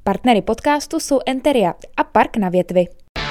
Partnery podcastu jsou Enteria a Park na Větvi.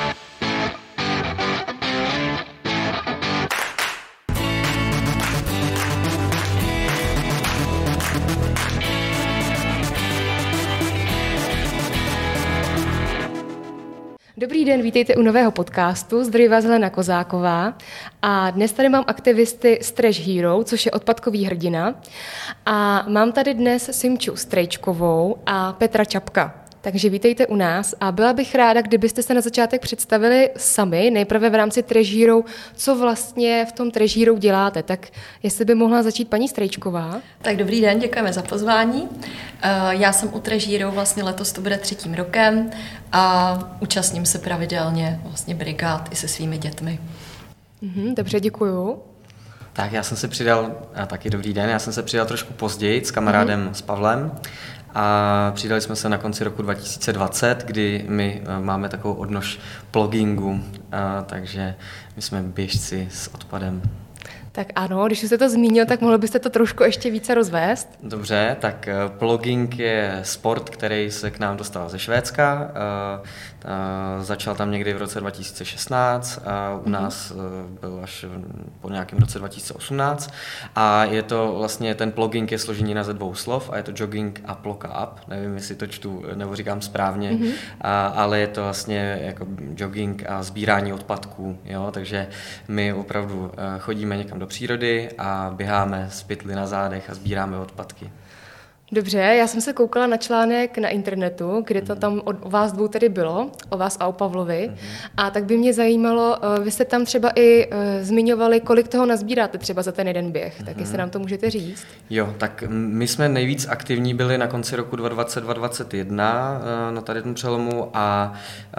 Dobrý den, vítejte u nového podcastu. Zdraví vás Helena Kozáková. A dnes tady mám aktivisty z Trash Hero, což je odpadkový hrdina. A mám tady dnes Simču Strejčkovou a Petra Čapka. Takže vítejte u nás a byla bych ráda, kdybyste se na začátek představili sami, nejprve v rámci Trash Hero, co vlastně v tom Trash Hero děláte. Tak jestli by mohla začít paní Strejčková. Tak dobrý den, děkujeme za pozvání. Já jsem u Trash Hero vlastně letos to bude 3. rokem a účastním se pravidelně vlastně brigád i se svými dětmi. Dobře, děkuju. Tak já jsem se přidal, taky dobrý den, já jsem se přidal trošku později s kamarádem s Pavlem. A přidali jsme se na konci roku 2020, kdy my máme takovou odnož plogingu, takže my jsme běžci s odpadem. Tak ano, když jste to zmínil, tak mohli byste to trošku ještě více rozvést? Dobře, tak plogging je sport, který se k nám dostal ze Švédska. Začal tam někdy v roce 2016 a u nás byl až po nějakém roce 2018. A je to vlastně, ten plogging je složenina ze 2 slov a je to jogging a plok up. Nevím, jestli to čtu nebo říkám správně, ale je to vlastně jako jogging a sbírání odpadků. Jo? Takže my opravdu chodíme někam do přírody a běháme s pytli na zádech a sbíráme odpadky. Dobře, já jsem se koukala na článek na internetu, kde to tam o vás dvou tedy bylo, o vás a o Pavlovi. A tak by mě zajímalo, vy jste tam třeba i zmiňovali, kolik toho nazbíráte třeba za ten jeden běh, tak jestli nám to můžete říct. Jo, tak my jsme nejvíc aktivní byli na konci roku 2020-2021 na tady tom přelomu a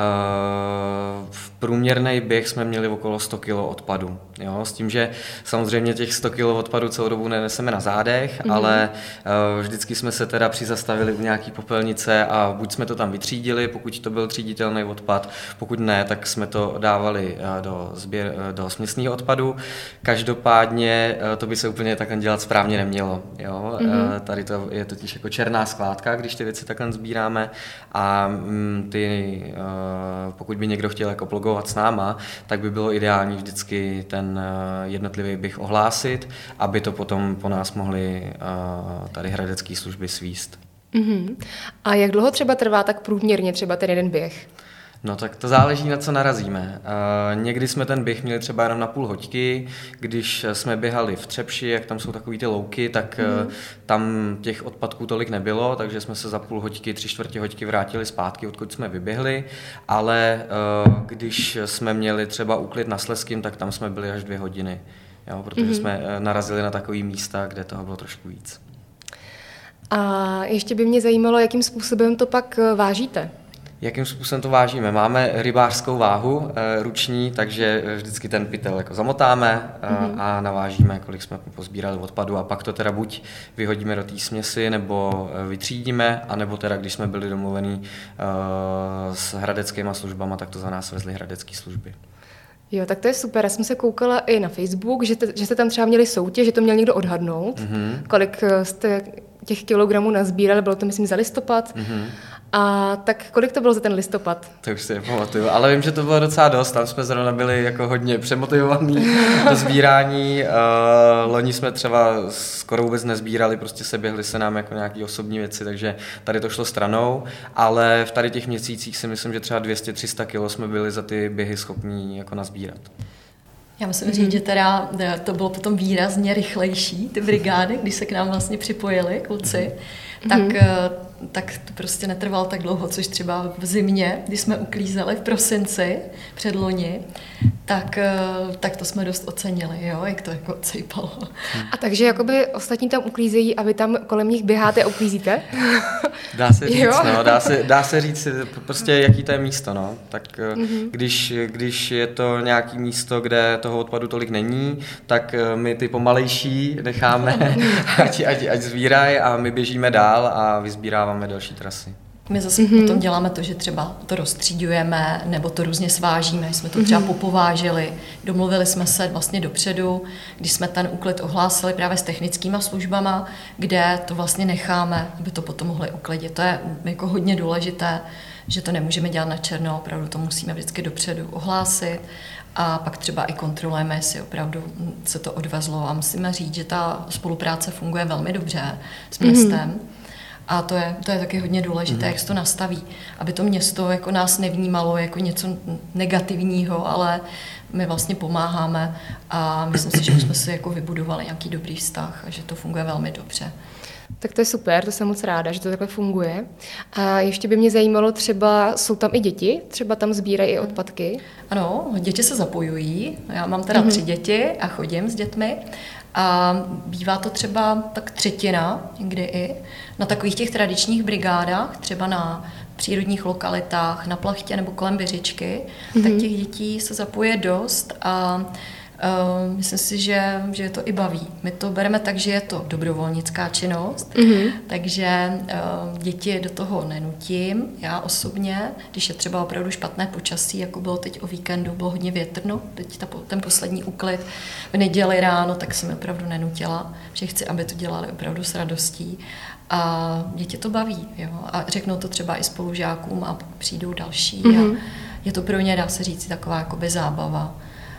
v průměrný běh jsme měli okolo 100 kg odpadu. Jo, s tím, že samozřejmě těch 100 kg odpadu celou dobu neneseme na zádech, ale vždycky jsme se teda přizastavili u nějaký popelnice a buď jsme to tam vytřídili, pokud to byl tříditelný odpad, pokud ne, tak jsme to dávali do směsného odpadu. Každopádně to by se úplně takhle dělat správně nemělo. Jo? Tady to je totiž jako černá skládka, když ty věci takhle sbíráme a pokud by někdo chtěl jako blogovat s náma, tak by bylo ideální vždycky ten jednotlivý běh ohlásit, aby to potom po nás mohli tady hradecké služby svízt. A jak dlouho třeba trvá tak průměrně třeba ten jeden běh? No tak to záleží, na co narazíme. Někdy jsme ten běh měli třeba jenom na půl hoďky, když jsme běhali v Třepši, jak tam jsou takový ty louky, tak tam těch odpadků tolik nebylo, takže jsme se za půl hoďky, 3/4 hoďky vrátili zpátky, odkud jsme vyběhli, ale když jsme měli třeba úklid na Slezským, tak tam jsme byli až 2 hodiny, jo, protože jsme narazili na takový místa, kde toho bylo trošku víc. A ještě by mě zajímalo, jakým způsobem to pak vážíte? Jakým způsobem to vážíme? Máme rybářskou váhu ruční, takže vždycky ten pytel jako zamotáme a navážíme, kolik jsme pozbírali odpadu a pak to teda buď vyhodíme do té směsi, nebo vytřídíme, anebo teda, když jsme byli domluvení s hradeckýma službama, tak to za nás vezly hradecké služby. Jo, tak to je super. Já jsem se koukala i na Facebook, že jste tam třeba měli soutěž, že to měl někdo odhadnout, kolik jste těch kilogramů nazbírali, bylo to myslím za listopad. A tak kolik to bylo za ten listopad? To už si nepamatuju, ale vím, že to bylo docela dost, tam jsme zrovna byli jako hodně přemotivovaní do sbírání. Loni jsme třeba skoro vůbec nezbírali, prostě seběhli se nám jako nějaký osobní věci, takže tady to šlo stranou, ale v tady těch měsících si myslím, že třeba 200-300 kg jsme byli za ty běhy schopní jako nazbírat. Já musím říct, že teda to bylo potom výrazně rychlejší, ty brigády, když se k nám vlastně připojili kluci, tak to prostě netrvalo tak dlouho, což třeba v zimě, když jsme uklízeli v prosinci předloni, tak to jsme dost ocenili, jo, jak to jako odsejpalo. A takže jakoby ostatní tam uklízejí a vy tam kolem nich běháte a uklízíte? Dá se říct, no, dá se říct prostě, jaký to je místo, no. Tak když je to nějaký místo, kde toho odpadu tolik není, tak my ty pomalejší necháme, ať zvírají a my běžíme dál a vyzbíráváme další trasy. My zase potom děláme to, že třeba to rozstříďujeme nebo to různě svážíme, jsme to třeba popovážili, domluvili jsme se vlastně dopředu, když jsme ten úklid ohlásili právě s technickýma službama, kde to vlastně necháme, aby to potom mohli uklidit. To je jako hodně důležité, že to nemůžeme dělat na černo, opravdu to musíme vždycky dopředu ohlásit a pak třeba i kontrolujeme, jestli opravdu se to odvezlo a musíme říct, že ta spolupráce funguje velmi dobře s městem. A to je taky hodně důležité, jak se to nastaví, aby to město jako nás nevnímalo jako něco negativního, ale my vlastně pomáháme a myslím si, že už jsme si jako vybudovali nějaký dobrý vztah a že to funguje velmi dobře. Tak to je super, to jsem moc ráda, že to takhle funguje. A ještě by mě zajímalo, třeba jsou tam i děti, třeba tam sbírají i odpadky? Ano, děti se zapojují, já mám teda 3 děti a chodím s dětmi. A bývá to třeba tak třetina, někdy i na takových těch tradičních brigádách, třeba na přírodních lokalitách, na plachtě nebo kolem Běřičky, tak těch dětí se zapoje dost a myslím si, že je to i baví. My to bereme tak, že je to dobrovolnická činnost, takže děti do toho nenutím. Já osobně, když je třeba opravdu špatné počasí, jako bylo teď o víkendu, bylo hodně větrno, teď ten poslední úklid v neděli ráno, tak jsem opravdu nenutila, že chci, aby to dělali opravdu s radostí. A děti to baví, jo? A řeknou to třeba i spolužákům a přijdou další. A je to pro ně, dá se říct, taková jakoby zábava.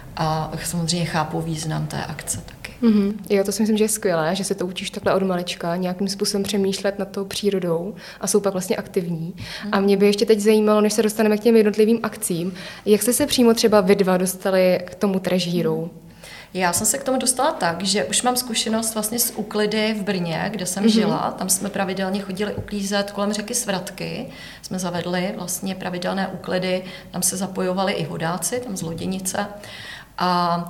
A samozřejmě chápou význam té akce taky. Jo, to si myslím, že je skvělé, že se to učíš takhle od malička, nějakým způsobem přemýšlet nad tou přírodou a jsou pak vlastně aktivní. A mě by ještě teď zajímalo, než se dostaneme k těm jednotlivým akcím, jak jste se přímo třeba vy dva dostali k tomu Trash Hero? Já jsem se k tomu dostala tak, že už mám zkušenost vlastně s úklidy v Brně, kde jsem žila. Tam jsme pravidelně chodili uklízet kolem řeky Svratky. Jsme zavedli vlastně pravidelné úklidy, tam se zapojovali i vodáci, tam z Loděnice. A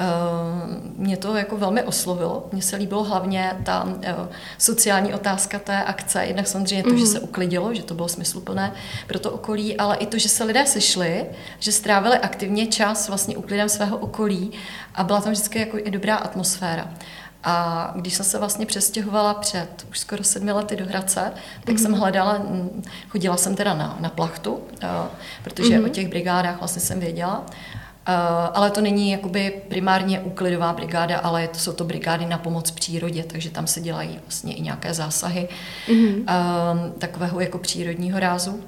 mě to jako velmi oslovilo. Mně se líbilo hlavně ta sociální otázka té akce. Jednak samozřejmě to, že se uklidilo, že to bylo smysluplné pro to okolí, ale i to, že se lidé sešli, že strávili aktivně čas vlastně uklidem svého okolí a byla tam vždycky jako i dobrá atmosféra. A když jsem se vlastně přestěhovala před už skoro 7 lety do Hradce, tak jsem chodila jsem teda na plachtu, protože o těch brigádách vlastně jsem věděla. Ale to není jakoby primárně úklidová brigáda, ale jsou to brigády na pomoc přírodě, takže tam se dělají vlastně i nějaké zásahy takového jako přírodního rázu.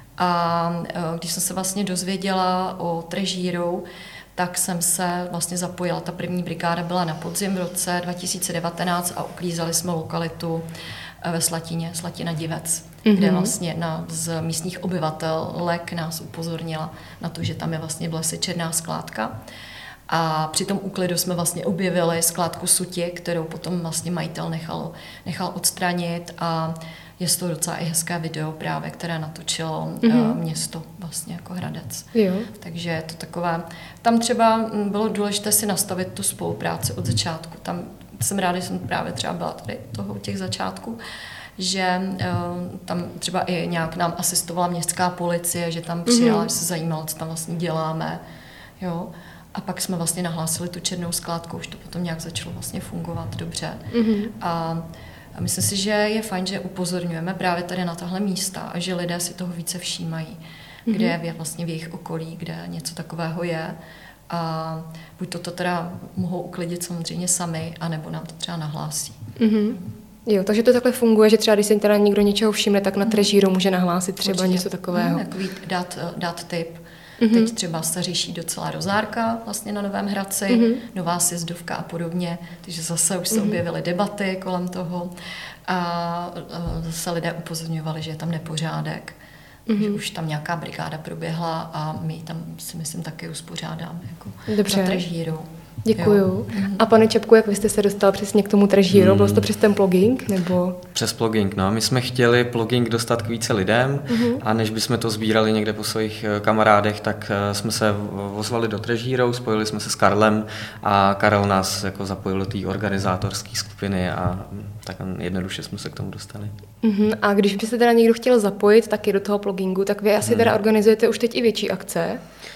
A když jsem se vlastně dozvěděla o Trash Hero, tak jsem se vlastně zapojila. Ta první brigáda byla na podzim v roce 2019 a uklízeli jsme lokalitu ve Slatině, Slatina Divec, kde vlastně z místních obyvatelek nás upozornila na to, že tam je vlastně v lese černá skládka. A při tom úklidu jsme vlastně objevili skládku suti, kterou potom vlastně majitel nechal odstranit a je z toho docela i hezké video právě, které natočilo město vlastně jako Hradec. Jo. Takže je to takové, tam třeba bylo důležité si nastavit tu spolupráci od začátku. Tam jsem ráda, že jsem právě třeba byla tady toho těch začátků, že tam třeba i nějak nám asistovala městská policie, že tam přijela, že se zajímala, co tam vlastně děláme. Jo. A pak jsme vlastně nahlásili tu černou skládku, už to potom nějak začalo vlastně fungovat dobře. A myslím si, že je fajn, že upozorňujeme právě tady na tahle místa a že lidé si toho více všímají, kde je vlastně v jejich okolí, kde něco takového je. A buď to teda mohou uklidit samozřejmě sami, anebo nám to třeba nahlásí. Jo, takže to takhle funguje, že třeba když se teda někdo něčeho všimne, tak na Trash Hero může nahlásit třeba určitě něco takového. Takový dát tip. Teď třeba se řeší docela rozárka vlastně na Novém Hradci, nová sjezdovka a podobně, takže zase už se objevily debaty kolem toho a zase lidé upozorňovali, že je tam nepořádek, že už tam nějaká brigáda proběhla a my tam si myslím taky uspořádáme jako za Trash Hero. Děkuju. A pane Čepku, jak vy jste se dostal přesně k tomu Trash Hero? Bylo to přes ten pluging? Nebo? Přes pluging, no. My jsme chtěli pluging dostat k více lidem a než bychom to sbírali někde po svých kamarádech, tak jsme se ozvali do Trash Hero, spojili jsme se s Karlem a Karel nás jako zapojil do té organizátorské skupiny a tak jednoduše jsme se k tomu dostali. A když by se teda někdo chtěl zapojit taky do toho plugingu, tak vy asi teda organizujete už teď i větší akce?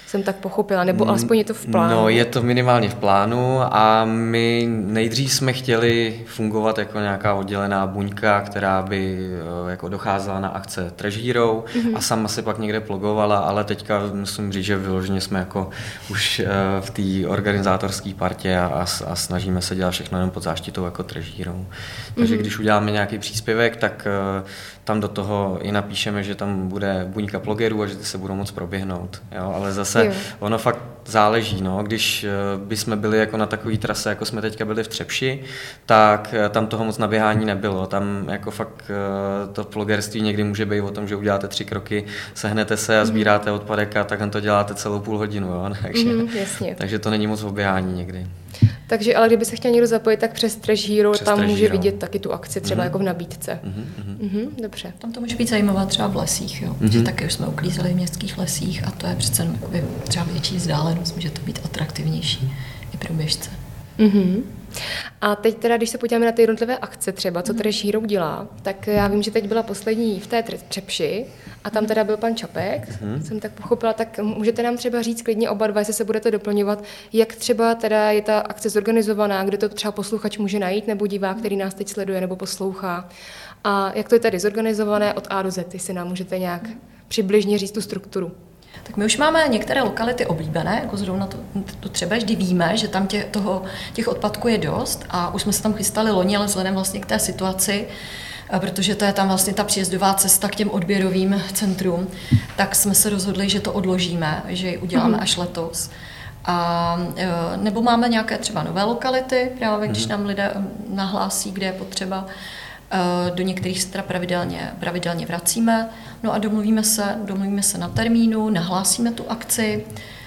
jsem tak pochopila, nebo alespoň je to v plánu. No, je to minimálně v plánu a my nejdřív jsme chtěli fungovat jako nějaká oddělená buňka, která by jako docházela na akce Trash Hero a sama se pak někde blogovala, ale teďka musím říct, že vyloženě jsme jako už v té organizátorské partě a snažíme se dělat všechno jenom pod záštitou jako Trash Hero. Takže když uděláme nějaký příspěvek, tak tam do toho i napíšeme, že tam bude buňka blogerů a že ty se budou moc proběhnout. Jo? Ale zase ono fakt záleží. No? Když bychom byli jako na takové trase, jako jsme teďka byli v Třepši, tak tam toho moc naběhání nebylo. Tam jako fakt to blogerství někdy může být o tom, že uděláte 3 kroky, sehnete se a sbíráte odpadek a takhle to děláte celou půl hodinu. Jo? Takže to není moc oběhání někdy. Takže ale kdyby se chtěl někdo zapojit, tak přes Trash Hero tam může vidět taky tu akci třeba jako v nabídce. Dobře. Tam to může být zajímavé třeba v lesích, jo. Že taky už jsme uklízeli v městských lesích a to je přece třeba větší vzdálenost, může to být atraktivnější i pro běžce. A teď teda, když se podíváme na ty jednotlivé akce třeba, co Trash Hero dělá, tak já vím, že teď byla poslední v té Třepši a tam teda byl pan Čapek, jsem tak pochopila, tak můžete nám třeba říct klidně oba dva, jestli se budete doplňovat, jak třeba teda je ta akce zorganizovaná, kde to třeba posluchač může najít, nebo divák, který nás teď sleduje nebo poslouchá. A jak to je tady zorganizované od A do Z, jestli nám můžete nějak přibližně říct tu strukturu. Tak my už máme některé lokality oblíbené, jako zrovna to třeba, vždy víme, že tam těch odpadků je dost a už jsme se tam chystali loni, ale vzhledem vlastně k té situaci, protože to je tam vlastně ta příjezdová cesta k těm odběrovým centrům, tak jsme se rozhodli, že to odložíme, že ji uděláme až letos. A nebo máme nějaké třeba nové lokality, právě když nám lidé nahlásí, kde je potřeba. Do některých se teda pravidelně vracíme, no a domluvíme se na termínu, nahlásíme tu akci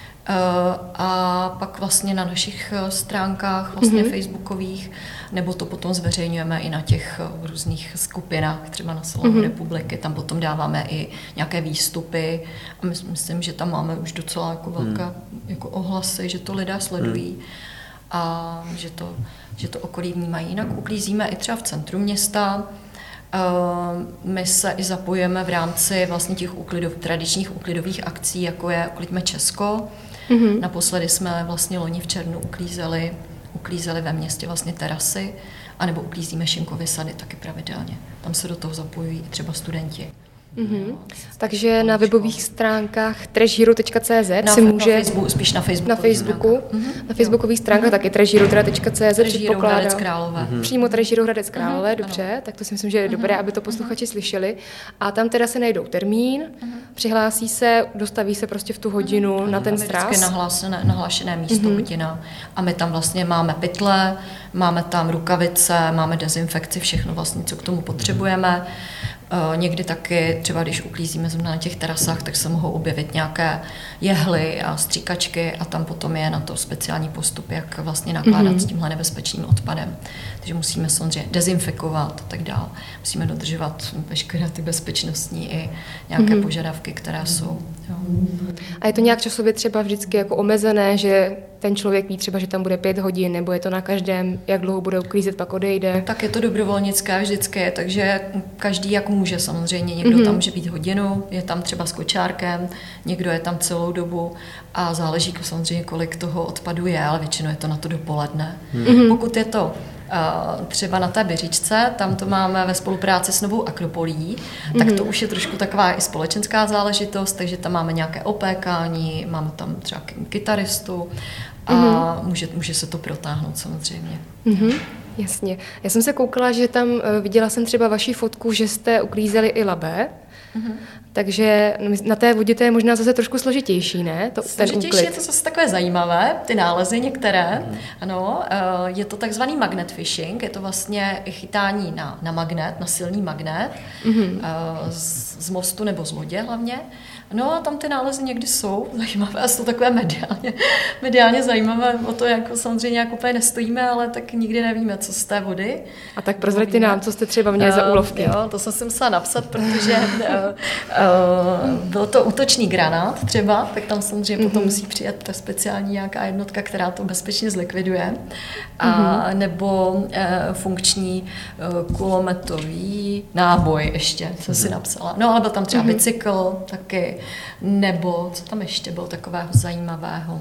a pak vlastně na našich stránkách vlastně facebookových, nebo to potom zveřejňujeme i na těch různých skupinách, třeba na Salamu republiky, tam potom dáváme i nějaké výstupy a myslím, že tam máme už docela jako velké jako ohlasy, že to lidé sledují a že to okolí vnímají. Jinak uklízíme i třeba v centru města. My se i zapojíme v rámci vlastně těch tradičních uklidových akcí, jako je Uklidme Česko. Naposledy jsme vlastně loni v červnu uklízeli ve městě vlastně terasy, anebo uklízíme Šinkovy sady taky pravidelně. Tam se do toho zapojují i třeba studenti. Takže na webových stránkách trashhero.cz si může... Spíš na Facebooku. Na Facebooku. Na facebookových stránkách taky trashhero.cz Hradec Králové. Přímo Trashhero Hradec Králové, dobře. Tak to si myslím, že je dobré, aby to posluchači slyšeli. A tam teda se najdou termín, přihlásí se, dostaví se prostě v tu hodinu na ten sraz. Vždycky nahlášené místo, hodina. A my tam vlastně máme pytle, máme tam rukavice, máme dezinfekci, všechno vlastně, co k tomu potřebujeme. Někdy taky, třeba když uklízíme na těch terasách, tak se mohou objevit nějaké jehly a stříkačky a tam potom je na to speciální postup, jak vlastně nakládat s tímhle nebezpečným odpadem. Takže musíme samozřejmě dezinfikovat a tak dále. Musíme dodržovat veškeré ty bezpečnostní i nějaké požadavky, které jsou. Jo. A je to nějak časově třeba vždycky jako omezené, že ten člověk ví třeba, že tam bude 5 hodin, nebo je to na každém, jak dlouho bude uklízet, pak odejde? Tak je to dobrovolnické vždycky, takže každý jak může samozřejmě. Někdo tam může být hodinu, je tam třeba s kočárkem, někdo je tam celou dobu a záleží samozřejmě, kolik toho odpadu je, ale většinou je to na to dopoledne. Pokud je to třeba na té Běřičce, tam to máme ve spolupráci s Novou Akropolí, tak to už je trošku taková i společenská záležitost, takže tam máme nějaké opékání, máme tam třeba kytaristu a může se to protáhnout samozřejmě. Jasně. Já jsem se koukala, že tam viděla jsem třeba vaši fotku, že jste uklízeli i labé. Takže na té vodě to je možná zase trošku složitější, ne? Složitější je to zase takové zajímavé, ty nálezy některé. Ano, je to takzvaný magnet fishing, je to vlastně chytání na magnet, na silný magnet, z mostu nebo z lodě hlavně. No a tam ty nálezy někdy jsou zajímavé a jsou takové mediálně zajímavé. O to jako samozřejmě nějak úplně nestojíme, ale tak nikdy nevíme, co z té vody. A tak prozraďte nám, co jste třeba měli za úlovky. Jo, to jsem si musela napsat, protože Byl to útočný granát třeba, tak tam samozřejmě potom musí přijet ta speciální nějaká jednotka, která to bezpečně zlikviduje. A nebo funkční kulometový náboj ještě, co si napsala. No ale byl tam třeba bicykl taky, nebo co tam ještě bylo takového zajímavého.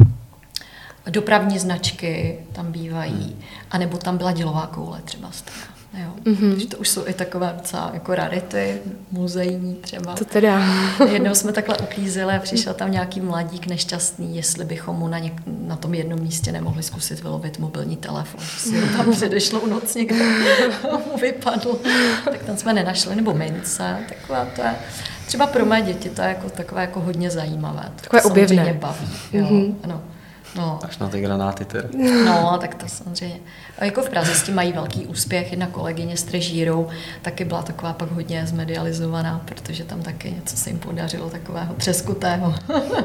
Dopravní značky tam bývají, anebo tam byla dělová koule třeba stejná. Jo. Takže to už jsou i takové docela jako rarity, muzejní třeba. To teda. Jednou jsme takhle uklízeli a přišel tam nějaký mladík nešťastný, jestli bychom mu na tom jednom místě nemohli zkusit vylovit mobilní telefon. Si ho tam předešlou noc někde mu vypadl. Tak tam jsme nenašli, nebo mince, takové to je. Třeba pro mé děti to je jako takové jako hodně zajímavé. Takové objevné. Baví. Jo, ano. No. Až na ty granáty tedy. No, tak to samozřejmě. A jako v Praze s tím mají velký úspěch. Jedna kolegyně s Trežírou taky byla taková pak hodně zmedializovaná, protože tam taky něco se jim podařilo takového třeskutého.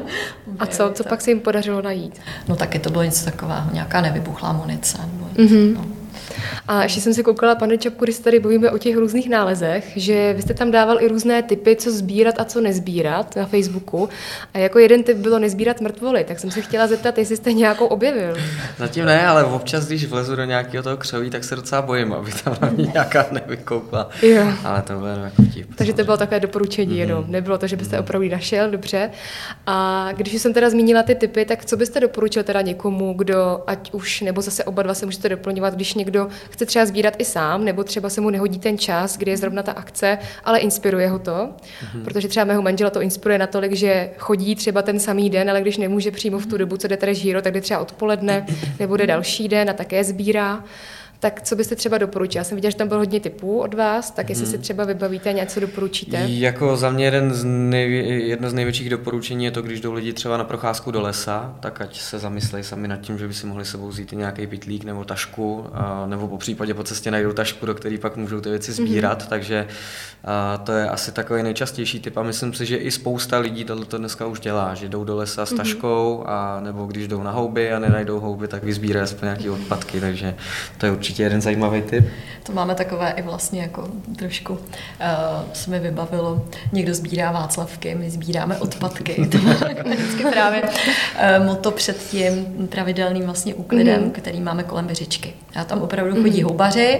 A co pak se jim podařilo najít? No taky to bylo něco takového, nějaká nevybuchlá munice. No. A ještě jsem si koukala, pane Čapku, když tady bavíme o těch různých nálezech, že vy jste tam dával i různé tipy, co sbírat a co nezbírat na Facebooku. A jako jeden tip bylo nezbírat mrtvoly, tak jsem se chtěla zeptat, jestli jste nějakou objevil. Zatím ne, ale občas, když vlezu do nějakého toho křoví, tak se docela bojím, aby tam na mě nějaká nevykoukla. Jo. Ale to bylo jako vtip. Takže to bylo takové doporučení jenom. Nebylo to, že byste opravdu našel, dobře. A když jsem teda zmínila ty tipy, tak co byste doporučil teda někomu, kdo ať už, nebo zase oba dva se můžete doplňovat, když někdo chce třeba sbírat i sám, nebo třeba se mu nehodí ten čas, kdy je zrovna ta akce, ale inspiruje ho to, protože třeba mého manžela to inspiruje natolik, že chodí třeba ten samý den, ale když nemůže přímo v tu dobu, co jde Trež Hero, tak jde třeba odpoledne, nebo jde další den a také sbírá. Tak co byste třeba doporučil? Já jsem viděla, že tam bylo hodně tipů od vás, tak jestli si třeba vybavíte a něco doporučíte? Jako za mě jedno z největších doporučení je to, když jdou lidi třeba na procházku do lesa, tak ať se zamyslejí sami nad tím, že by si mohli sebou vzít i nějaký pytlík nebo tašku, nebo po případě po cestě najdou tašku, do které pak můžou ty věci sbírat, takže to je asi takový nejčastější tip a myslím si, že i spousta lidí tohleto dneska už dělá, že jdou do lesa s taškou, a nebo když jdou na houby a nenajdou houby, tak vyzbírají aspoň nějaké odpadky, takže to je určitě jeden zajímavý tip. To máme takové i vlastně jako trošku se mi vybavilo, někdo sbírá Václavky, my sbíráme odpadky. To je vždycky právě motto před tím pravidelným vlastně úklidem, který máme kolem Vyřičky. A tam opravdu chodí houbaři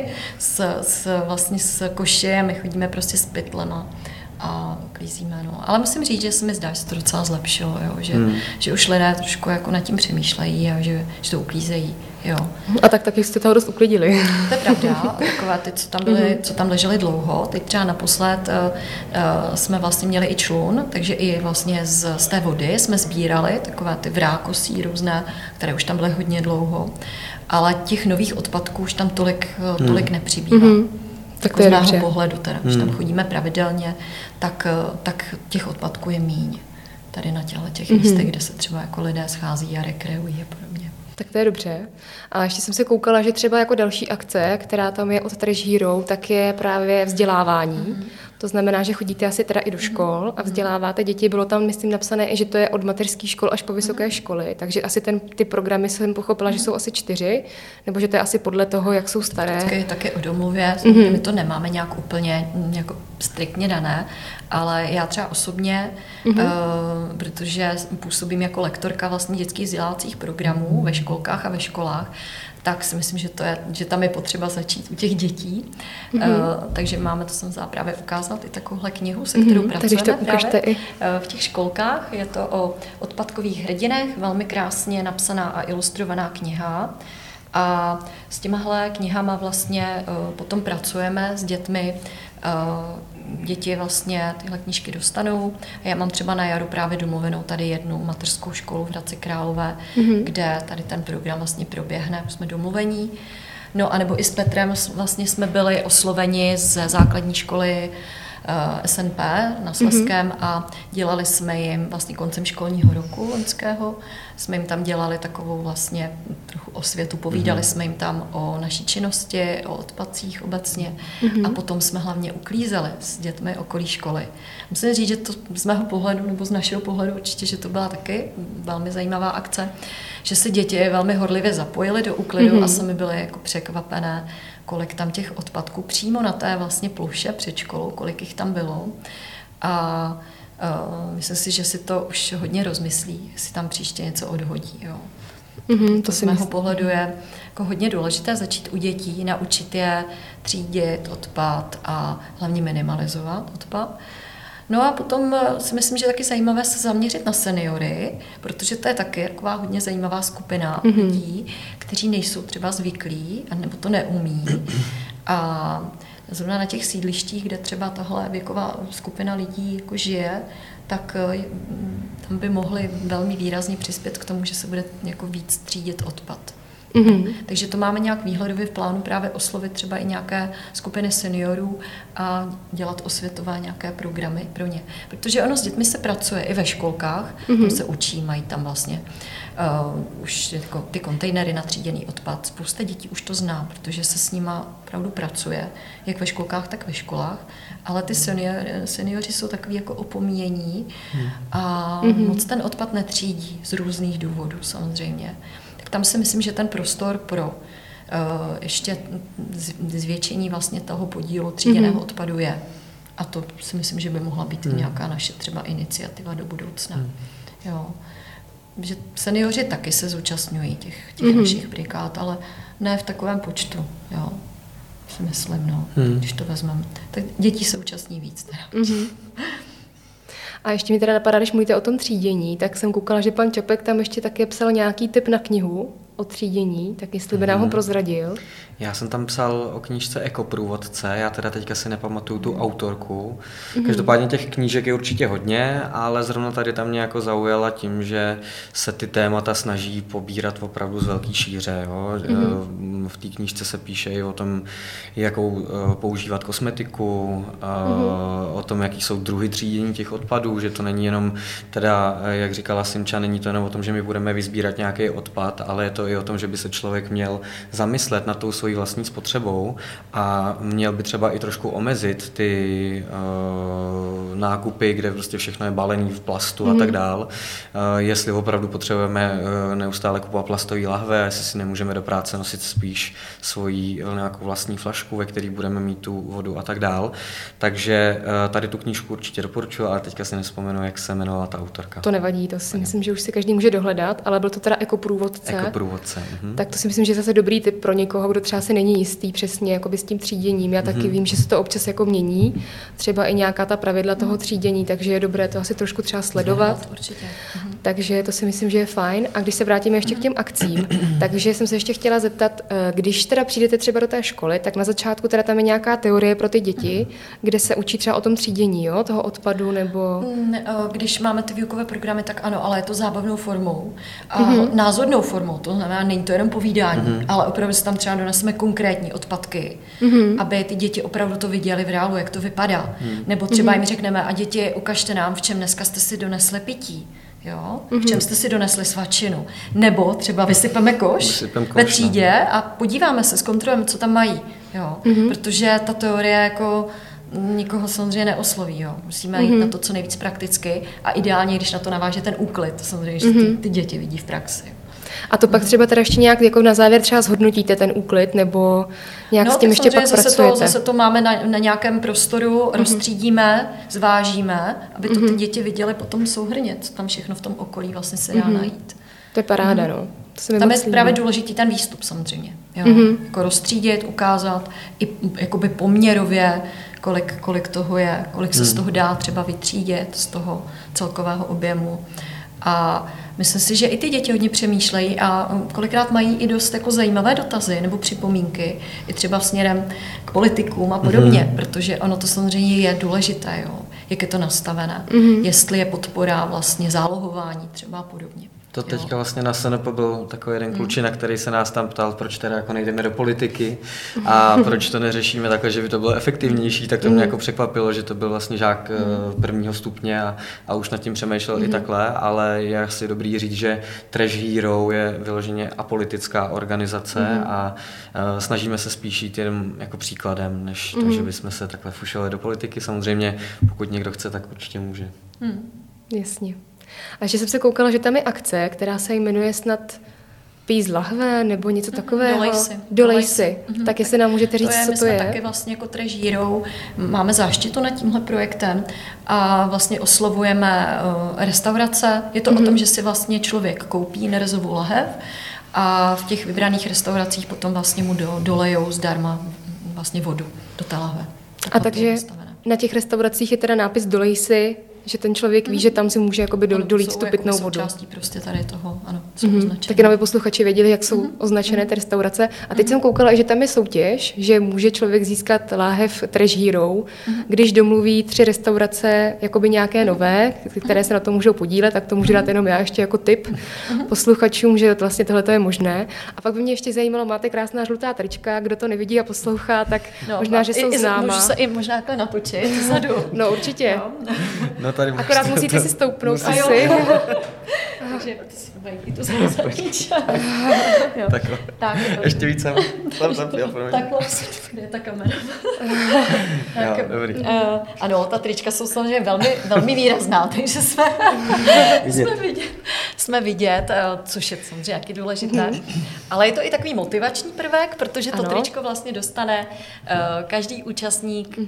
vlastně s koši a my chodíme prostě s pytlema a uklízíme. No. Ale musím říct, že se mi zdá, že se to docela zlepšilo, jo? Že už lidé trošku jako nad tím přemýšlejí a že to uklízejí. Jo. A tak taky jste toho dost uklidili. To je pravda. A takové ty, co tam ležely dlouho, teď třeba naposled jsme vlastně měli i člun, takže i vlastně z té vody jsme sbírali takové ty vrákosí různé, které už tam byly hodně dlouho, ale těch nových odpadků už tam tolik nepřibývá. Tak to je z mého pohledu teda, když tam chodíme pravidelně, tak těch odpadků je míň. Tady na těch místech, kde se třeba jako lidé schází a rekreují a podobně. Tak to je dobře. A ještě jsem se koukala, že třeba jako další akce, která tam je od Trež Hero, tak je právě vzdělávání. To znamená, že chodíte asi teda i do škol a vzděláváte děti. Bylo tam, myslím, napsané, že to je od mateřských škol až po vysoké školy. Takže asi ty programy jsem pochopila, že jsou asi 4, nebo že to je asi podle toho, jak jsou staré. Vždycky je také o domluvě. My to nemáme nějak úplně jako striktně dané, ale já třeba osobně, protože působím jako lektorka vlastně dětských vzdělávacích programů ve školkách a ve školách, tak si myslím, že tam je potřeba začít u těch dětí. Takže máme, to jsem právě ukázat, i takovouhle knihu, se kterou pracujeme to ukažte i v těch školkách. Je to o odpadkových hrdinech, velmi krásně napsaná a ilustrovaná kniha. A s těmahle knihama vlastně potom pracujeme s dětmi. Děti vlastně tyhle knížky dostanou. A já mám třeba na jaru právě domluvenou tady jednu mateřskou školu v Hradci Králové, kde tady ten program vlastně proběhne, už jsme domluvení. No a nebo i s Petrem vlastně jsme byli osloveni ze základní školy SNP na Slezském a dělali jsme jim vlastně koncem školního roku loňského. Jsme jim tam dělali takovou vlastně trochu osvětu, povídali jsme jim tam o naší činnosti, o odpadcích obecně a potom jsme hlavně uklízeli s dětmi okolí školy. Musím říct, že to z mého pohledu nebo z našeho pohledu určitě, že to byla taky velmi zajímavá akce, že se děti velmi horlivě zapojily do úklidu a sami byly jako překvapené, kolik tam těch odpadků přímo na té vlastně ploše před školou, kolik jich tam bylo. a myslím si, že si to už hodně rozmyslí, jestli tam příště něco odhodí. Jo. To z mého pohledu je jako hodně důležité začít u dětí, naučit je třídit odpad a hlavně minimalizovat odpad. No a potom si myslím, že je taky zajímavé se zaměřit na seniory, protože to je taky taková hodně zajímavá skupina lidí, kteří nejsou třeba zvyklí, nebo to neumí. A zrovna na těch sídlištích, kde třeba tahle věková skupina lidí jako žije, tak tam by mohli velmi výrazně přispět k tomu, že se bude jako víc třídit odpad. Takže to máme nějak výhledově v plánu právě oslovit třeba i nějaké skupiny seniorů a dělat osvětové nějaké programy pro ně. Protože ono s dětmi se pracuje i ve školkách, tam se učí, mají tam vlastně už jako ty kontejnery na tříděný odpad. Spousta dětí už to zná, protože se s nima opravdu pracuje, jak ve školkách, tak ve školách. Ale ty seniori jsou takový jako opomíjení a moc ten odpad netřídí z různých důvodů samozřejmě. Tam si myslím, že ten prostor pro ještě zvětšení vlastně toho podílu tříděného odpadu je. A to si myslím, že by mohla být nějaká naše třeba iniciativa do budoucna. Jo. Že seniori taky se zúčastňují těch našich brigád, ale ne v takovém počtu. Jo. Si myslím, no, když to vezmeme. Tak děti se účastní víc. Teda. A ještě mi teda napadá, když mluvíte o tom třídění, tak jsem koukala, že pan Čapek tam ještě taky psal nějaký tip na knihu o třídění, tak jestli by nám ho prozradil. Já jsem tam psal o knížce Ekoprůvodce, já teda teďka si nepamatuju tu autorku. Každopádně těch knížek je určitě hodně, ale zrovna tady tam mě jako zaujala tím, že se ty témata snaží pobírat opravdu z velký šíře. Jo. V té knížce se píše i o tom, jakou používat kosmetiku, o tom, jaký jsou druhy třídění těch odpadů, že to není jenom teda, jak říkala Simča, není to jenom o tom, že my budeme vysbírat nějaký odpad, ale je to i o tom, že by se člověk měl zamyslet nad tou svojí vlastní spotřebou a měl by třeba i trošku omezit ty nákupy, kde prostě všechno je balený v plastu a tak dál. Jestli opravdu potřebujeme neustále kupovat plastové lahve, jestli si nemůžeme do práce nosit spíš svoji nějakou vlastní flašku, ve které budeme mít tu vodu a tak dál. Takže tady tu knížku určitě doporučuji, ale teďka si nevzpomenu, jak se jmenovala ta autorka. To nevadí, to si myslím, že už si každý může dohledat, ale byl to teda Ekoprůvodce. Tak to si myslím, že je zase dobrý tip pro někoho, kdo třeba si není jistý přesně jakoby s tím tříděním. Já taky vím, že se to občas jako mění, třeba i nějaká ta pravidla toho třídění, takže je dobré to asi trošku třeba sledovat. Určitě. Takže to si myslím, že je fajn. A když se vrátíme ještě k těm akcím, takže jsem se ještě chtěla zeptat, když teda přijdete třeba do té školy, tak na začátku teda tam je nějaká teorie pro ty děti, kde se učí třeba o tom třídění, jo, toho odpadu nebo... Když máme ty výukové programy, tak ano, ale je to zábavnou formou a názornou formou, to znamená, není to jenom povídání, ale opravdu si tam třeba doneseme konkrétní odpadky, aby ty děti opravdu to viděly v reálu, jak to vypadá. Nebo třeba jim řekneme, a děti, ukažte nám, v čem dneska jste si donesli pití. Jo? V čem jste si donesli svačinu. Nebo třeba vysypeme koš ve třídě a podíváme se, zkontrolujeme, co tam mají. Jo? Protože ta teorie jako nikoho samozřejmě neosloví. Jo? Musíme jít na to co nejvíc prakticky a ideálně, když na to naváže ten úklid, samozřejmě, že ty děti vidí v praxi. A to pak třeba teda ještě nějak jako na závěr třeba zhodnotíte ten úklid, nebo nějak s tím ještě pak pracujete? Zase to máme na nějakém prostoru, rozstřídíme, zvážíme, aby to ty děti viděly potom souhrnně, co tam všechno v tom okolí vlastně se dá najít. To je paráda, no. To tam je právě důležitý ten výstup samozřejmě. Jo? Jako rozstřídit, ukázat, i jakoby poměrově, kolik toho je, kolik se z toho dá třeba vytřídit, z toho celkového objemu. A myslím si, že i ty děti hodně přemýšlejí a kolikrát mají i dost jako zajímavé dotazy nebo připomínky, i třeba směrem k politikům a podobně, protože ono to samozřejmě je důležité, jo, jak je to nastavené, jestli je podpora vlastně zálohování třeba a podobně. To teďka vlastně na SNP byl takový jeden klučina, který se nás tam ptal, proč teda jako nejdeme do politiky a proč to neřešíme takhle, že by to bylo efektivnější, tak to mě jako překvapilo, že to byl vlastně žák prvního stupně a už nad tím přemýšlel i takhle, ale je asi dobrý říct, že Trash Hero je vyloženě apolitická organizace a snažíme se spíš jít jenom jako příkladem, než to, že bychom se takhle fušovali do politiky. Samozřejmě, pokud někdo chce, tak určitě může. Jasně. A že jsem se koukala, že tam je akce, která se jmenuje snad pijí z lahve nebo něco takového? Dolejsy. Tak jestli nám můžete říct, co to je? My jsme taky vlastně jako Trash Hero, máme záštitu nad tímhle projektem a vlastně oslovujeme restaurace. Je to o tom, že si vlastně člověk koupí nerezovou lahev a v těch vybraných restauracích potom vlastně mu dolejou zdarma vlastně vodu do té lahve. A takže na těch restauracích je teda nápis dolej si, že ten člověk ví, že tam si může jakoby dolít tu pitnou vodu. Součástí prostě tady toho, ano, jsou označené. Taky aby posluchači věděli, jak jsou označené ty restaurace. A teď jsem koukala, že tam je soutěž, že může člověk získat láhev Trash Hero, když domluví 3 restaurace jakoby nějaké nové, které se na to můžou podílet, tak to můžu dát jenom já ještě jako tip posluchačům, že vlastně tohle je možné. A pak by mě ještě zajímalo, máte krásná žlutá trička, kdo to nevidí a poslouchá, tak možná, že jsou známá. Můžu se i možná takhle natočit vzadu. No určitě. No, tady akorát musíte si stoupnout asi. Takže to zatíč. Tak, ještě více. Takhle, kde je ta kamera? Jo, dobrý. Ano, ta trička jsou samozřejmě velmi, velmi výrazná, takže jsme vidět, což je samozřejmě jaký důležité. Ale je to i takový motivační prvek, protože to tričko vlastně dostane každý účastník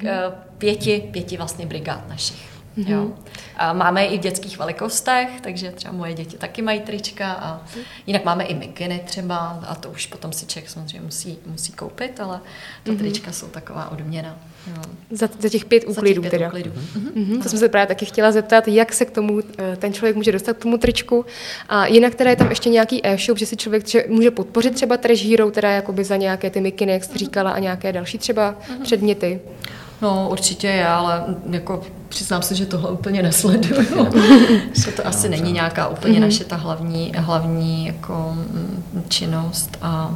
5 vlastně brigád našich. Jo. A máme i v dětských velikostech, takže třeba moje děti taky mají trička a jinak máme i mikiny třeba a to už potom si člověk samozřejmě musí koupit, ale ta trička jsou taková odměna. Jo. Za těch 5 úklidů teda. To jsem se právě taky chtěla zeptat, jak se k tomu ten člověk může dostat k tomu tričku. A jinak teda je tam ještě nějaký e-shop, že si člověk může podpořit třeba Trash Hero, teda jakoby za nějaké ty mikiny, jak jste říkala, a nějaké další třeba předměty. No určitě je, ale jako přiznám se, že tohle úplně nesleduju. Že to asi není nějaká úplně naše ta hlavní jako činnost a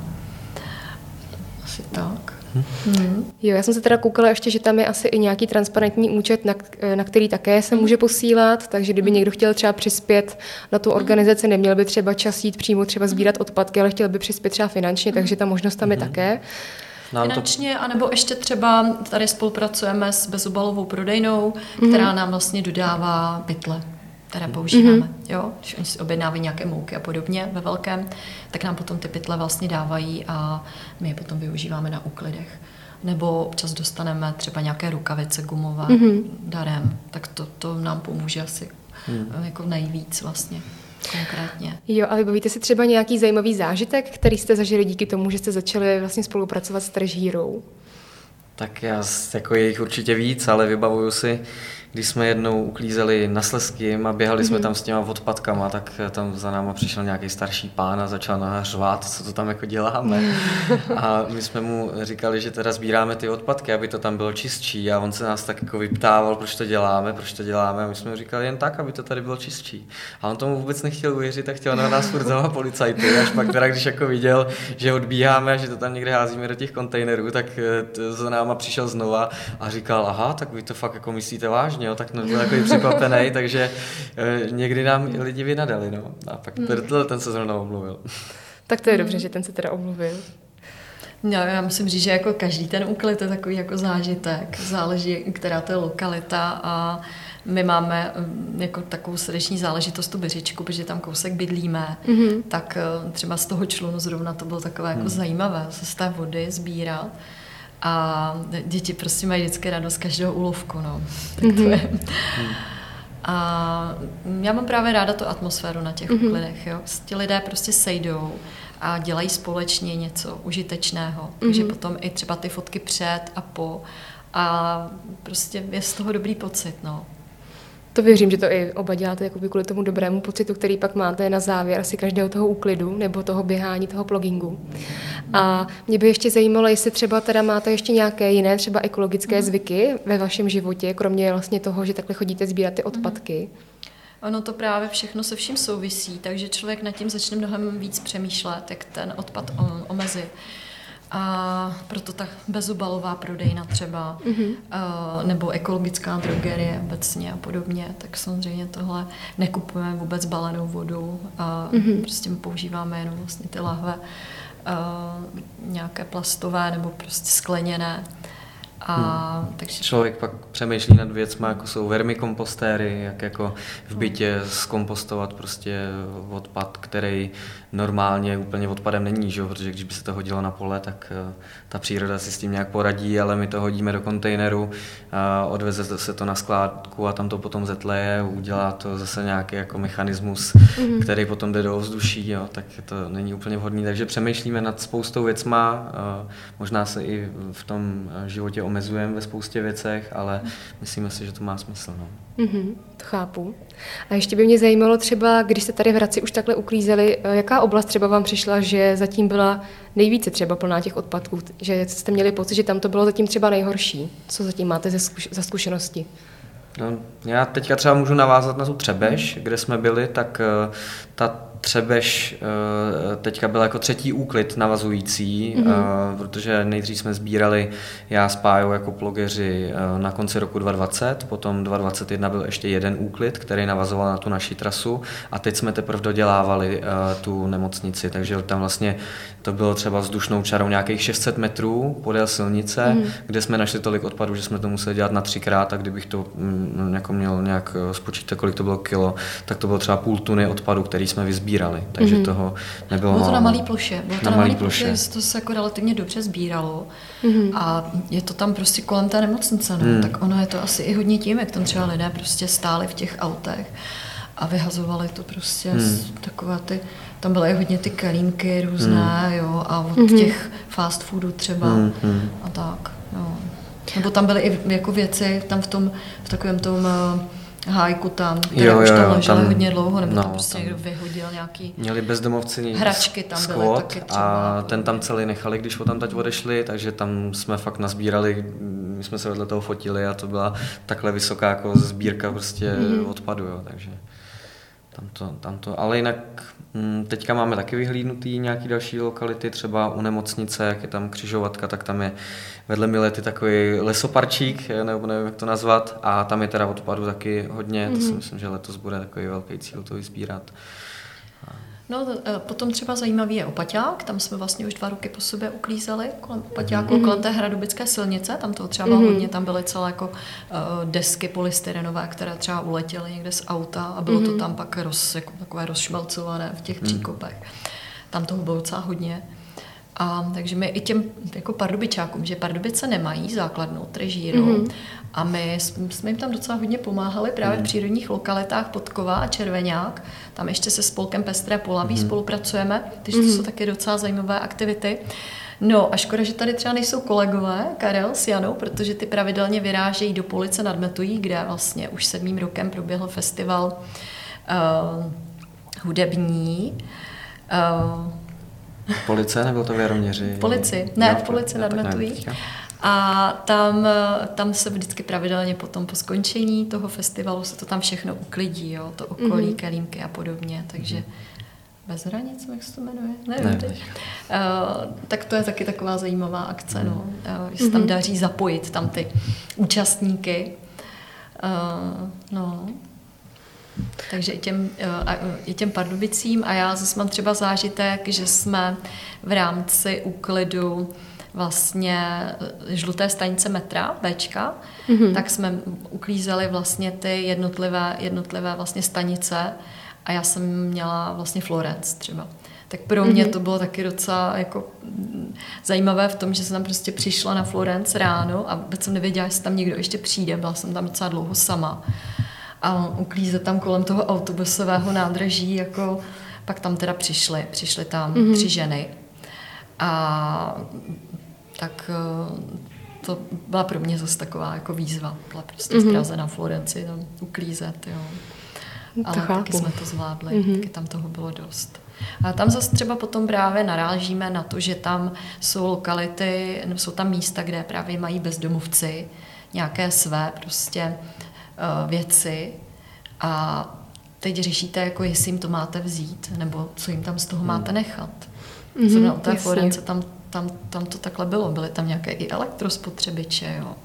asi tak. Jo, já jsem se teda koukala ještě, že tam je asi i nějaký transparentní účet, na který také se může posílat, takže kdyby někdo chtěl třeba přispět na tu organizaci, neměl by třeba čas jít přímo třeba sbírat odpadky, ale chtěl by přispět třeba finančně, takže ta možnost tam je také. Finančně, anebo ještě třeba tady spolupracujeme s bezobalovou prodejnou, která nám vlastně dodává pytle, které používáme. Jo? Když oni si objednávají nějaké mouky a podobně ve velkém, tak nám potom ty pytle vlastně dávají a my je potom využíváme na úklidech. Nebo občas dostaneme třeba nějaké rukavice gumové darem, tak to nám pomůže asi jako nejvíc vlastně. Konkrétně. Jo, a vybavíte si třeba nějaký zajímavý zážitek, který jste zažili díky tomu, že jste začali vlastně spolupracovat s Trash Hero? Tak já jako je jich určitě víc, ale vybavuju si, když jsme jednou uklízeli na Slezským a běhali jsme tam s těma odpadkama, tak tam za náma přišel nějaký starší pán a začal nařvát, co to tam jako děláme. A my jsme mu říkali, že teda sbíráme ty odpadky, aby to tam bylo čistší a on se nás tak jako vyptával, proč to děláme a my jsme mu říkali jen tak, aby to tady bylo čistší. A on tomu vůbec nechtěl uvěřit a chtěl na nás furt zavolat policajty. Až pak teda, když jako viděl, že odbíháme a že to tam někde házíme do těch kontejnerů, tak za náma přišel znova a říkal, aha, tak vy to fakt jako myslíte vážně. Jo, tak byl jako překvapený, takže někdy nám lidi vynadali, no. A pak ten se zrovna omluvil. Tak to je dobře, že ten se teda omluvil. No, já musím říct, že jako každý ten úklid je takový jako zážitek, záleží, která to je lokalita a my máme jako takovou srdeční záležitost tu Beřičku, protože tam kousek bydlíme, tak třeba z toho člunu zrovna to bylo takové jako zajímavé, se z té vody sbírat. A děti prostě mají vždycky radost každého úlovku, no. Tak to je. A já mám právě ráda tu atmosféru na těch úklidech, jo. Ti lidé prostě sejdou a dělají společně něco užitečného. Takže potom i třeba ty fotky před a po. A prostě je z toho dobrý pocit, no. To věřím, že to i oba děláte jako kvůli tomu dobrému pocitu, který pak máte na závěr asi každého toho úklidu nebo toho běhání, toho ploggingu. A mě by ještě zajímalo, jestli třeba teda máte ještě nějaké jiné třeba ekologické zvyky ve vašem životě, kromě vlastně toho, že takhle chodíte sbírat ty odpadky. Ono to právě všechno se vším souvisí, takže člověk nad tím začne mnohem víc přemýšlet, jak ten odpad omezit. A proto ta bezobalová prodejna třeba, nebo ekologická drogerie obecně a podobně, tak samozřejmě tohle nekupujeme vůbec balenou vodu a prostě používáme jenom vlastně ty lahve nějaké plastové nebo prostě skleněné A takže... Člověk pak přemýšlí nad věcmi, jako jsou vermikompostéry, jak jako v bytě zkompostovat prostě odpad, který normálně úplně odpadem není, že? Protože když by se to hodilo na pole, tak ta příroda si s tím nějak poradí, ale my to hodíme do kontejneru, odveze se to na skládku a tam to potom zetleje, udělá to zase nějaký jako mechanismus, který potom jde do ovzduší, jo? Tak to není úplně vhodný. Takže přemýšlíme nad spoustou věcma, možná se i v tom životě omezujeme ve spoustě věcech, ale myslíme si, že to má smysl. No. To chápu. A ještě by mě zajímalo třeba, když jste tady v Hradci už takhle uklízeli, jaká oblast třeba vám přišla, že zatím byla nejvíce třeba plná těch odpadků, že jste měli pocit, že tam to bylo zatím třeba nejhorší. Co zatím máte za zkušenosti? No, já teďka třeba můžu navázat na tu Třebež, kde jsme byli, tak ta Třebež teďka byl jako třetí úklid navazující, protože nejdřív jsme sbírali já s Pájou jako blogeři na konci roku 2020, potom 2021 byl ještě jeden úklid, který navazoval na tu naši trasu a teď jsme teprve dodělávali tu nemocnici, takže tam vlastně to bylo třeba vzdušnou čarou nějakých 600 metrů podél silnice, kde jsme našli tolik odpadů, že jsme to museli dělat na 3krát a kdybych to jako měl nějak spočítat, kolik to bylo kilo, tak to bylo třeba 0,5 tuny odpadu, který jsme vysbírali, takže toho nebylo málo. Bylo to na malý ploše, bylo to na malý ploše, to se jako relativně dobře sbíralo a je to tam prostě kolem té nemocnice, no. Tak ono je to asi i hodně tím, jak tam třeba lidé prostě stáli v těch autech a vyhazovali to prostě takové ty, tam byly hodně ty kelímky různé, jo, a od těch fast foodů třeba a tak, jo. Nebo tam byly i jako věci tam v takovém tom hájku tam, které už tam ležely hodně dlouho, nebo tam prostě někdo vyhodil nějaký měli bezdomovci hračky tam byly taky třeba. A ten tam celý nechali, když ho tam teď odešli, takže tam jsme fakt nazbírali, my jsme se vedle toho fotili a to byla takhle vysoká jako sbírka prostě odpadu, jo, takže tam to, ale jinak teďka máme taky vyhlídnutý nějaký další lokality, třeba u nemocnice, jak je tam křižovatka, tak tam je vedle Milety takový lesoparčík, nebo nevím, jak to nazvat, a tam je teda odpadu taky hodně, to si myslím, že letos bude takový velký cíl to vyzbírat. No, potom třeba zajímavý je Opaťák, tam jsme vlastně už 2 roky po sobě uklízeli kolem Opaťáku, kolem té hradobické silnice, tam toho třeba bylo hodně, tam byly celé jako desky polystyrenové, které třeba uletěly někde z auta a bylo to tam pak jako takové rozšmelcované v těch příkopech. Tam toho bylo docela hodně. A takže my i těm jako pardubičákům, že Pardubice nemají základnou trežíru a my jsme jim tam docela hodně pomáhali právě v přírodních lokalitách Podkova a Červeňák. Tam ještě se spolkem Pestré Polaví spolupracujeme, takže to jsou taky docela zajímavé aktivity. No a škoda, že tady třeba nejsou kolegové, Karel s Janou, protože ty pravidelně vyrážejí do Police nad Metují, kde vlastně už 7. rokem proběhl festival hudební. V Police, nebo to v Jaroměři? V Polici, v Polici nad Metují. A tam se vždycky pravidelně potom po skončení toho festivalu se to tam všechno uklidí, jo, to okolí, kelímky a podobně, takže Bez hranic, jak se to jmenuje? Nevím. Tak to je taky taková zajímavá akce, no, že se tam daří zapojit tam ty účastníky. No. Takže i těm Pardubicím a já zase mám třeba zážitek, že jsme v rámci úklidu vlastně žluté stanice metra, Bčka, tak jsme uklízeli vlastně ty jednotlivé vlastně stanice a já jsem měla vlastně Florence třeba. Tak pro mě to bylo taky docela jako zajímavé v tom, že jsem tam prostě přišla na Florence ráno a vůbec jsem nevěděla, jestli tam někdo ještě přijde, byla jsem tam docela dlouho sama. A uklízet tam kolem toho autobusového nádraží, jako pak tam teda přišly tam 3 ženy. A tak to byla pro mě zase taková jako výzva. Byla prostě v Praze na Florenci tam uklízet, jo. Ale taky jsme to zvládli, taky tam toho bylo dost. A tam zase třeba potom právě narážíme na to, že tam jsou lokality, nebo jsou tam místa, kde právě mají bezdomovci nějaké své prostě věci a teď řešíte, jako jestli jim to máte vzít, nebo co jim tam z toho máte nechat. Zrovna u té Florence tam to takhle bylo. Byly tam nějaké i elektrospotřebiče, jo.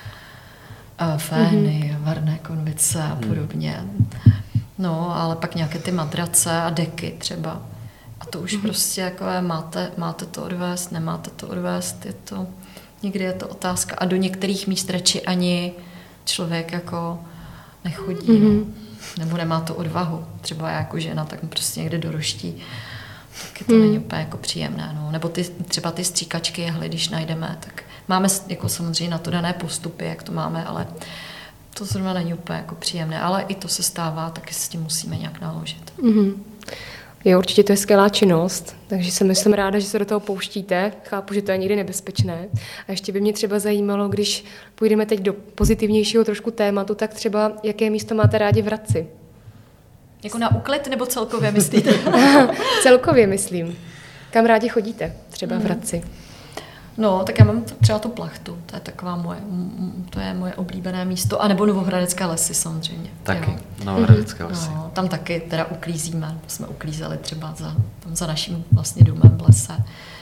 Fény, varné konvice a podobně. No, ale pak nějaké ty madrace a deky třeba. A to už prostě jako máte to odvést, nemáte to odvést, je to Někdy je to otázka a do některých míst radši ani člověk jako nechodí, no. Nebo nemá tu odvahu. Třeba já jako žena, tak prostě někde doroští, taky to není úplně jako příjemné. No. Nebo třeba ty stříkačky jehly, když najdeme, tak máme jako samozřejmě na to dané postupy, jak to máme, ale to zrovna není úplně jako příjemné. Ale i to se stává, taky s tím musíme nějak naložit. Jo, určitě to je skvělá činnost, takže jsem ráda, že se do toho pouštíte. Chápu, že to je někdy nebezpečné. A ještě by mě třeba zajímalo, když půjdeme teď do pozitivnějšího trošku tématu, tak třeba jaké místo máte rádi v Hradci? Jako na úklid nebo celkově myslíte? Celkově myslím. Kam rádi chodíte třeba v Hradci? No, tak já mám třeba tu Plachtu, to je taková to je moje oblíbené místo, anebo Novohradecké lesy samozřejmě. Taky, Novohradecké lesy. No, tam taky teda uklízíme, jsme uklízeli třeba za naším vlastně domem v lese.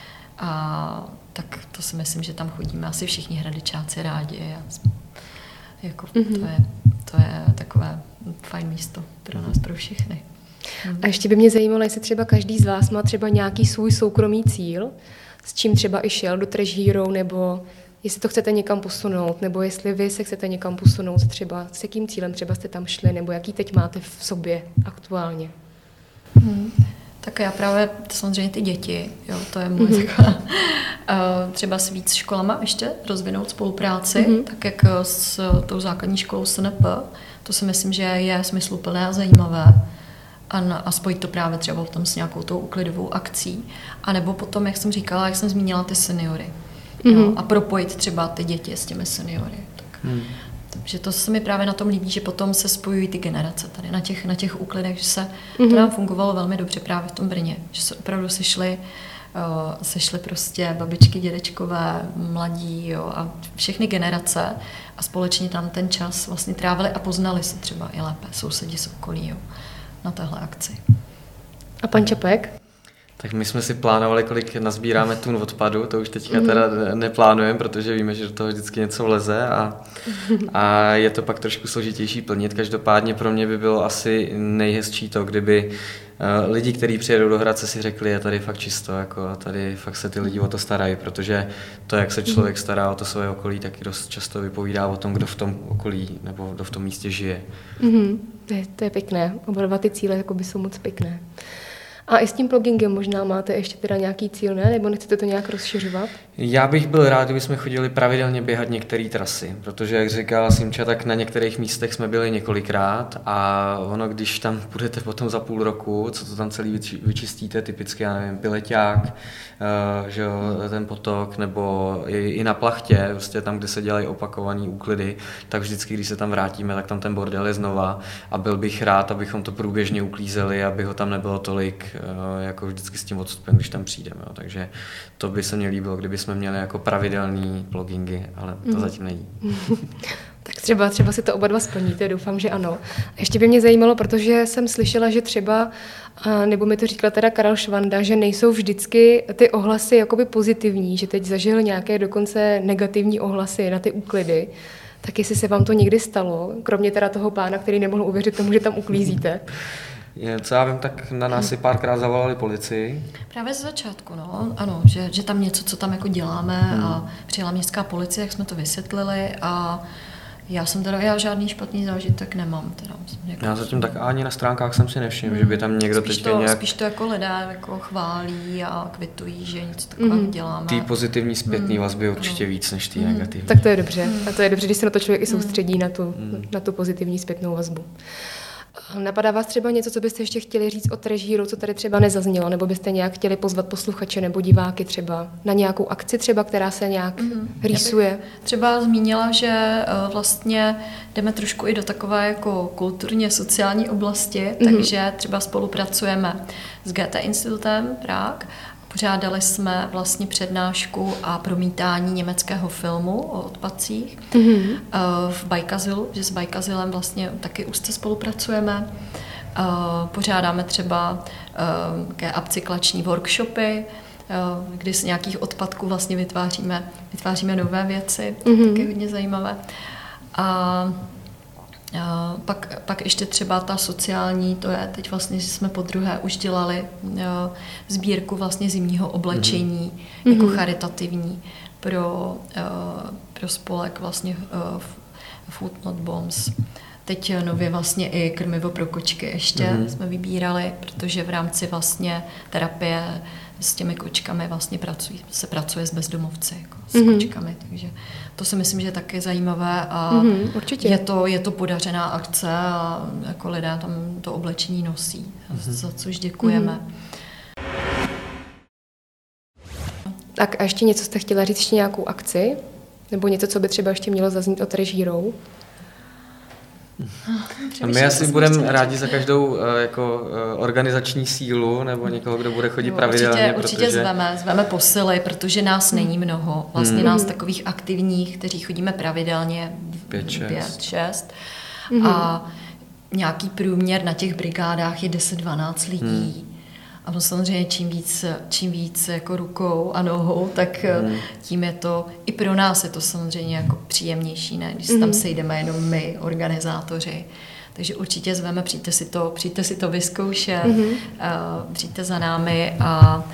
A tak to si myslím, že tam chodíme asi všichni hradečáci rádi. Jako, to je takové fajn místo pro nás, pro všechny. A ještě by mě zajímalo, jestli třeba každý z vás má třeba nějaký svůj soukromý cíl, s čím třeba i šel do Trash Hero, nebo jestli to chcete někam posunout, nebo jestli vy se chcete někam posunout, třeba s jakým cílem třeba jste tam šli, nebo jaký teď máte v sobě aktuálně. Tak já právě samozřejmě ty děti, jo, to je moje taková, třeba s víc školama ještě rozvinout spolupráci, tak jak s tou základní školou SNP, to si myslím, že je smysluplné a zajímavé. A spojit to právě třeba potom s nějakou tou uklidovou akcí. A nebo potom, jak jsem říkala, jak jsem zmínila ty seniory. No, a propojit třeba ty děti s těmi seniory. Takže to se mi právě na tom líbí, že potom se spojují ty generace tady na těch úklidech, že se to nám fungovalo velmi dobře právě v tom Brně. Že se opravdu sešly prostě babičky, dědečkové, mladí, jo, a všechny generace a společně tam ten čas vlastně trávili a poznali se třeba i lépe sousedi z okolí, jo, na téhle akci. A pan Čapek? Tak my jsme si plánovali, kolik nazbíráme tun odpadu, to už teďka teda neplánujeme, protože víme, že do toho vždycky něco vleze a je to pak trošku složitější plnit. Každopádně pro mě by bylo asi nejhezčí to, kdyby lidi, kteří přijedou do Hradce, si řekli, je tady fakt čisto, jako a tady fakt se ty lidi o to starají, protože to, jak se člověk stará o to své okolí, taky dost často vypovídá o tom, kdo v tom okolí nebo kdo v tom místě žije. To je pěkné. Oba dva ty cíle jakoby jsou moc pěkné. A i s tím bloggingem možná máte ještě teda nějaký cíl, ne? Nebo nechcete to nějak rozšiřovat? Já bych byl rád, kdybychom chodili pravidelně běhat některé trasy, protože, jak říkala Simča, tak na některých místech jsme byli několikrát a ono, když tam půjdete potom za půl roku, co to tam celý vyčistíte, typicky, já nevím, Pileťák, že jo, ten potok, nebo i na Plachtě, prostě tam, kde se dělají opakované úklidy, tak vždycky, když se tam vrátíme, tak tam ten bordel je znova a byl bych rád, abychom to průběžně uklízeli, aby ho tam nebylo tolik, jako vždycky s tím odstupem, když tam přijdeme. Jo. Takže to by se mně líbilo, kdyby jsme měli jako pravidelný bloggingy, ale to zatím není. Tak třeba si to oba dva splníte, doufám, že ano. Ještě by mě zajímalo, protože jsem slyšela, že třeba, nebo mi to říkal teda Karel Švanda, že nejsou vždycky ty ohlasy jakoby pozitivní, že teď zažil nějaké dokonce negativní ohlasy na ty úklidy. Tak jestli se vám to někdy stalo, kromě teda toho pána, který nemohl uvěřit tomu, že tam uklízíte? Co já vím, tak na nás si párkrát zavolali policii. Právě ze začátku, no, ano, že tam něco, co tam jako děláme a přijela městská policie, jak jsme to vysvětlili a já žádný špatný zážitek nemám. Teda, jako já zatím tak ani na stránkách jsem si nevšiml, že by tam někdo Spíš to jako lidé jako chválí a kvitují, že něco takového děláme. Ty pozitivní zpětný vazby určitě víc než ty negativní. Tak to je dobře. A to je dobře, když se na to člověk i soustředí na tu pozitivní zpětnou vazbu. Napadá vás třeba něco, co byste ještě chtěli říct o Trash Hero, co tady třeba nezaznělo, nebo byste nějak chtěli pozvat posluchače nebo diváky třeba na nějakou akci třeba, která se nějak rýsuje? Já bych třeba zmínila, že vlastně jdeme trošku i do takové jako kulturně sociální oblasti, takže třeba spolupracujeme s Goethe institutem Prague. Pořádali jsme vlastně přednášku a promítání německého filmu o odpadcích v Bajkazilu, že s Bajkazilem vlastně taky úzce spolupracujeme. Pořádáme třeba upcyklační workshopy, kdy z nějakých odpadků vlastně vytváříme nové věci, taky hodně zajímavé. A pak ještě třeba ta sociální, to je teď vlastně, že jsme podruhé už dělali sbírku vlastně zimního oblečení jako charitativní. pro spolek vlastně Food Not Bombs. Teď nově vlastně i krmivo pro kočky ještě jsme vybírali, protože v rámci vlastně terapie s těmi kočkami vlastně se pracuje s bezdomovci, jako s kočkami, takže to si myslím, že je taky zajímavé a určitě. je to podařená akce a jako lidé tam to oblečení nosí, za což děkujeme. Tak a ještě něco jste chtěla říct, ještě nějakou akci? Nebo něco, co by třeba ještě mělo zaznít o Trash Hero? My asi budeme rádi za každou jako organizační sílu nebo někoho, kdo bude chodit pravidelně. Určitě zveme posily, protože nás není mnoho. Vlastně nás takových aktivních, kteří chodíme pravidelně 5-6. A nějaký průměr na těch brigádách je 10-12 lidí. A samozřejmě čím víc jako rukou a nohou, tak tím je to, i pro nás je to samozřejmě jako příjemnější, ne? Když se tam sejdeme jenom my, organizátoři. Takže určitě zveme, přijďte si to vyzkoušet, přijďte za námi a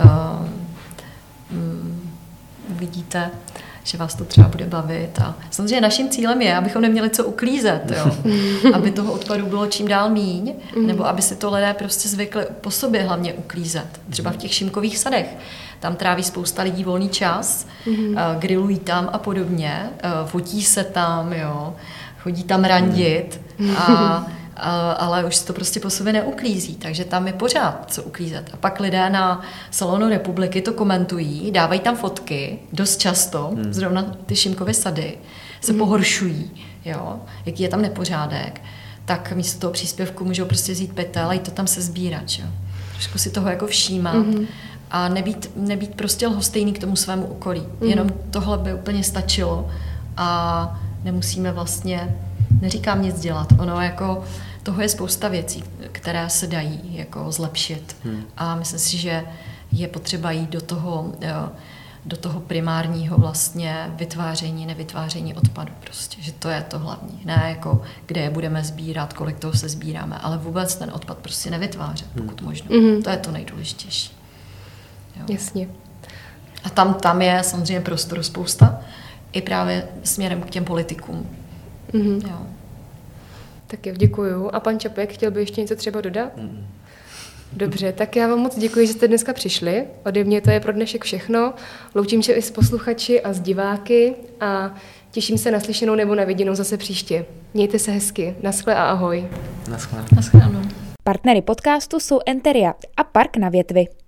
uvidíte, že vás to třeba bude bavit. A samozřejmě naším cílem je, abychom neměli co uklízet, jo? Aby toho odpadu bylo čím dál míň, nebo aby si to lidé prostě zvykli po sobě hlavně uklízet. Třeba v těch šimkových sadech. Tam tráví spousta lidí volný čas, grillují tam a podobně, fotí se tam, jo? Chodí tam randit, ale už se to prostě po sobě neuklízí, takže tam je pořád co uklízet. A pak lidé na Salonu Republiky to komentují, dávají tam fotky, dost často, zrovna ty šimkové sady, se pohoršují, jo, jaký je tam nepořádek, tak místo toho příspěvku můžou prostě vzít pytel a jít to tam se sbírat, jo. Trošku si toho jako všímat a nebýt prostě lhostejný k tomu svému okolí. Jenom tohle by úplně stačilo a nemusíme vlastně, neříkám nic dělat, ono jako toho je spousta věcí, které se dají jako zlepšit a myslím si, že je potřeba jít do toho primárního vlastně vytváření, nevytváření odpadu prostě, že to je to hlavní, ne jako kde je budeme sbírat, kolik toho se sbíráme, ale vůbec ten odpad prostě nevytvářet, pokud možno. To je to nejdůležitější. Jo. Jasně. A tam je samozřejmě prostoru spousta, i právě směrem k těm politikům. Jo. Tak jo, děkuju. A pan Čapek, chtěl by ještě něco třeba dodat? Dobře, tak já vám moc děkuji, že jste dneska přišli. Ode mě to je pro dnešek všechno. Loučím se i s posluchači a s diváky a těším se na slyšenou nebo na viděnou zase příště. Mějte se hezky. Naschle a ahoj. Naschledanou. Partnery podcastu jsou Enteria a Park na Větvi.